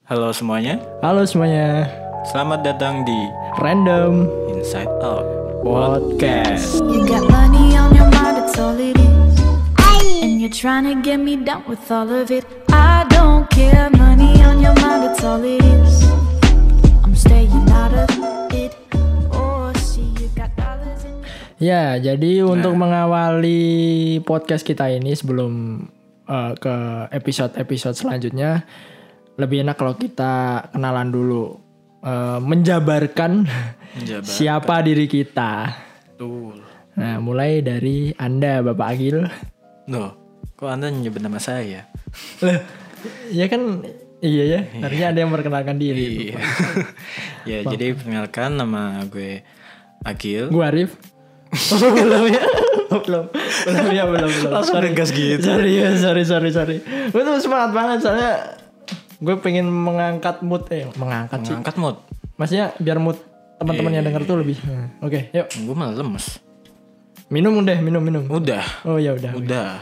Halo semuanya, Halo semuanya, selamat datang di Random Inside Out Podcast. You got money on your mind, that's all it is. And you're trying to get me down with all of it. I don't care, money on your mind, that's all it is. I'm staying out of it. Oh, see, you got dollars in your... Ya, jadi untuk mengawali podcast kita ini sebelum ke episode-episode selanjutnya, lebih enak kalau kita kenalan dulu, menjabarkan siapa diri kita. Betul. Nah, mulai dari Anda, Bapak Agil. Loh, kok Anda nyebut nama saya? Loh, ya kan, iya ya, harusnya ada yang memperkenalkan diri. Iya. Ya, jadi perkenalkan, nama gue Agil. Gue Arif. belum ya. Langsung ngegas gitu. Sorry. Gue tuh semangat banget soalnya gue pengen mengangkat mood Angkat mood. Maksudnya biar mood teman-teman yang denger tuh lebih. Oke, yuk. Gue malah lemes. Minum. Udah. Oh ya udah. Udah.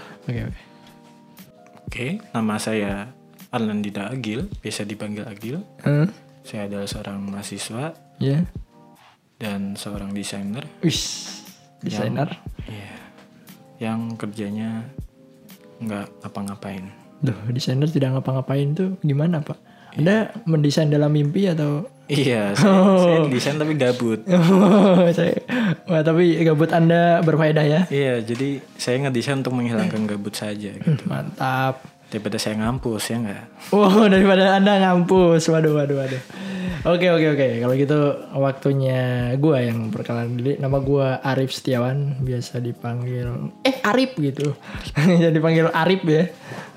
Oke. Nama saya Arlandita Agil, biasa dipanggil Agil. Saya adalah seorang mahasiswa Ya. dan seorang desainer. Wish. Desainer. Iya. Yang kerjanya nggak apa-ngapain. Duh, desainer tidak ngapa-ngapain tuh gimana, Pak? Anda mendesain dalam mimpi atau? Iya, saya desain tapi gabut. Tapi gabut Anda berfaedah ya? Iya, jadi saya ngedesain untuk menghilangkan gabut saja gitu. Mantap. Daripada saya ngampus ya nggak? Oh, daripada Anda ngampus. Waduh. Oke. Kalau gitu waktunya gue yang perkenalan diri. Nama gue Arif Setiawan, biasa dipanggil Arif gitu. Jadi dipanggil Arif ya.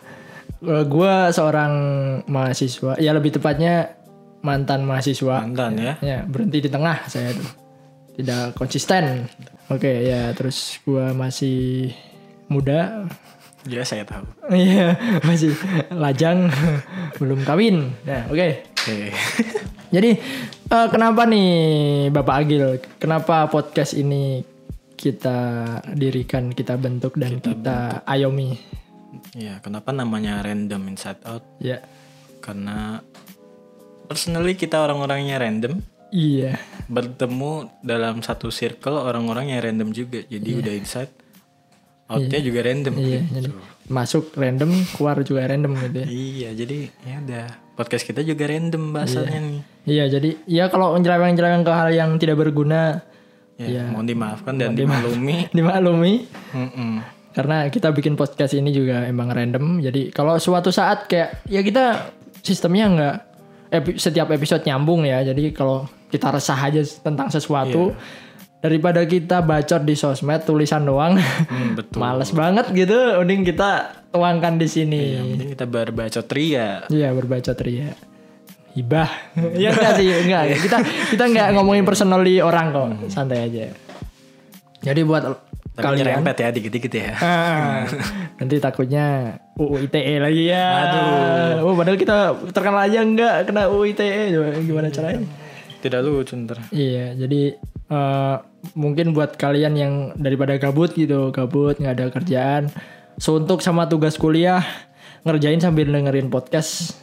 Gue seorang mahasiswa, ya lebih tepatnya mantan mahasiswa. Mantan ya? Ya, berhenti di tengah saya tuh. Tidak konsisten. Oke, ya terus gue masih muda. Ya saya tahu. Iya, masih lajang, belum kawin. Nah, oke. Jadi kenapa nih Bapak Agil? Kenapa podcast ini kita dirikan, kita bentuk dan kita ayomi? Ya, kenapa namanya Random Inside Out? Ya. Karena personally kita orang-orangnya random. Iya. Bertemu dalam satu circle orang-orang yang random juga. Jadi udah inside, outnya juga random. Iya. Gitu. Jadi masuk random, keluar juga random gitu ya. Iya, jadi ya udah. Podcast kita juga random bahasanya nih. Iya, jadi ya kalau nyeleweng-nyeleweng ke hal yang tidak berguna, Ya, mohon dimaafkan dan dimaklumi. dimaklumi. Karena Karena kita bikin podcast ini juga emang random. Jadi kalau suatu saat kayak ya kita sistemnya nggak setiap episode nyambung ya. Jadi kalau kita resah aja tentang sesuatu, daripada kita bacot di sosmed tulisan doang, betul. males banget gitu. Mending kita tuangkan di sini. Yang penting kita berbacot ria. Iya, berbacot ria. Hibah. Ya enggak sih, enggak. Kita enggak ngomongin personally orang kok. Santai aja. Jadi buat Tapi kalian nyerempet ya dikit-dikit ya. nanti takutnya UU ITE lagi ya. Aduh. Padahal kita terkenal aja enggak kena UU ITE. Gimana caranya? Tidak lucu ntar. Iya, jadi mungkin buat kalian yang daripada gabut nggak ada kerjaan, suntuk sama tugas kuliah, ngerjain sambil dengerin podcast.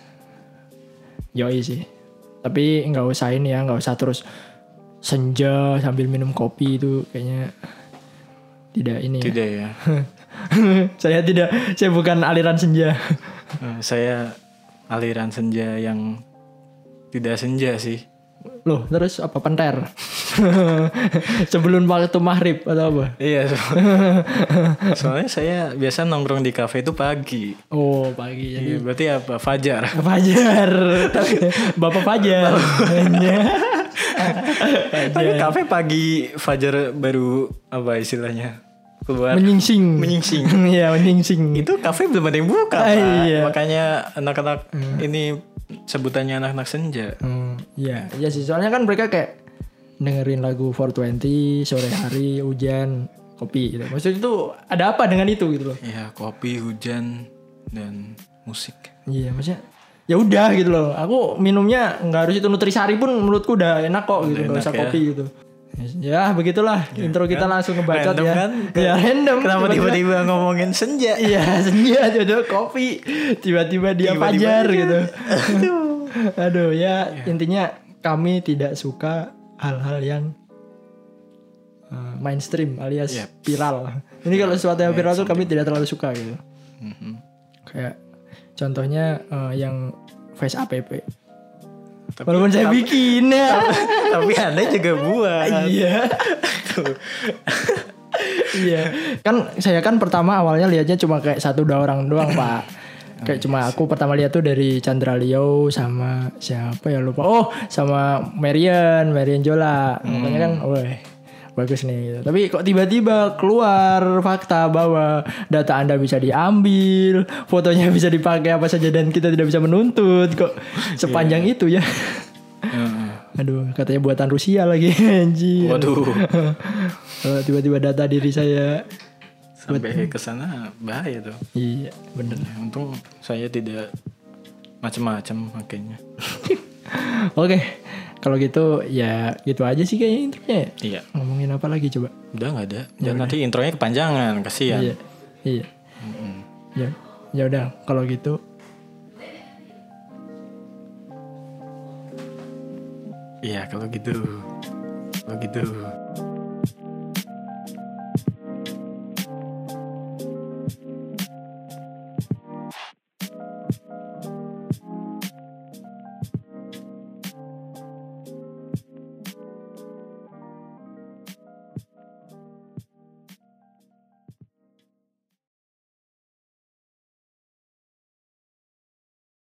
Yoi sih. Tapi nggak usah terus senja sambil minum kopi itu kayaknya tidak ini. Tidak ya. Saya bukan aliran senja. Saya aliran senja yang tidak senja sih. Loh, terus apa penter? Sebelum waktu maghrib atau apa? Iya. Soalnya saya biasa nongkrong di kafe itu pagi. Oh, pagi. Jadi Iya, berarti apa? Fajar. Fajar. Bapak Fajar. Tapi kafe pagi Fajar baru apa istilahnya? Keluar. Menyingsing. Iya, menyingsing. Itu kafe belum ada yang buka, Pak. Iya. Makanya anak-anak ini sebutannya anak-anak senja. Iya, iya sih. Soalnya kan mereka kayak dengerin lagu 420 sore hari, hujan, kopi gitu. Maksudnya itu ada apa dengan itu gitu loh. Iya, kopi, hujan, dan musik. Iya, maksudnya ya udah gitu loh. Aku minumnya nggak harus itu Nutrisari pun menurutku udah enak kok gitu, nggak usah ya. kopi gitu. Ya begitulah intro kita langsung ngebacot Random ya. Kan? Ya random. Kenapa tiba-tiba ngomongin senja? Iya senja jodoh kopi. Tiba-tiba dia Fajar gitu. Aduh. Aduh ya, intinya kami tidak suka hal-hal yang mainstream alias viral. Ini kalau sesuatu yang viral tuh kami tidak terlalu suka gitu. Kayak contohnya yang Face app. Walaupun saya bikin ya. Tapi Anda juga buat. Iya. Iya. Kan saya kan pertama awalnya lihatnya cuma kayak 1-2 orang doang, Pak. Kayak cuma aku pertama lihat tuh dari Chandra Leo sama siapa ya lupa. Oh, sama Marian Jola. Makanya kan, wah bagus nih gitu. Tapi kok tiba-tiba keluar fakta bahwa data Anda bisa diambil, fotonya bisa dipakai apa saja dan kita tidak bisa menuntut. Kok sepanjang itu ya? Aduh, katanya buatan Rusia lagi anjir. Waduh. Kalau tiba-tiba data diri saya sampai ke sana bahaya tuh. Iya, bener. Untung saya tidak macam-macam makanya. Oke, kalau gitu ya gitu aja sih kayaknya intronya. Iya. Ngomongin apa lagi coba? Udah nggak ada. Jangan nanti intronya kepanjangan, kasihan. Iya. Ya udah kalau gitu. Iya kalau gitu.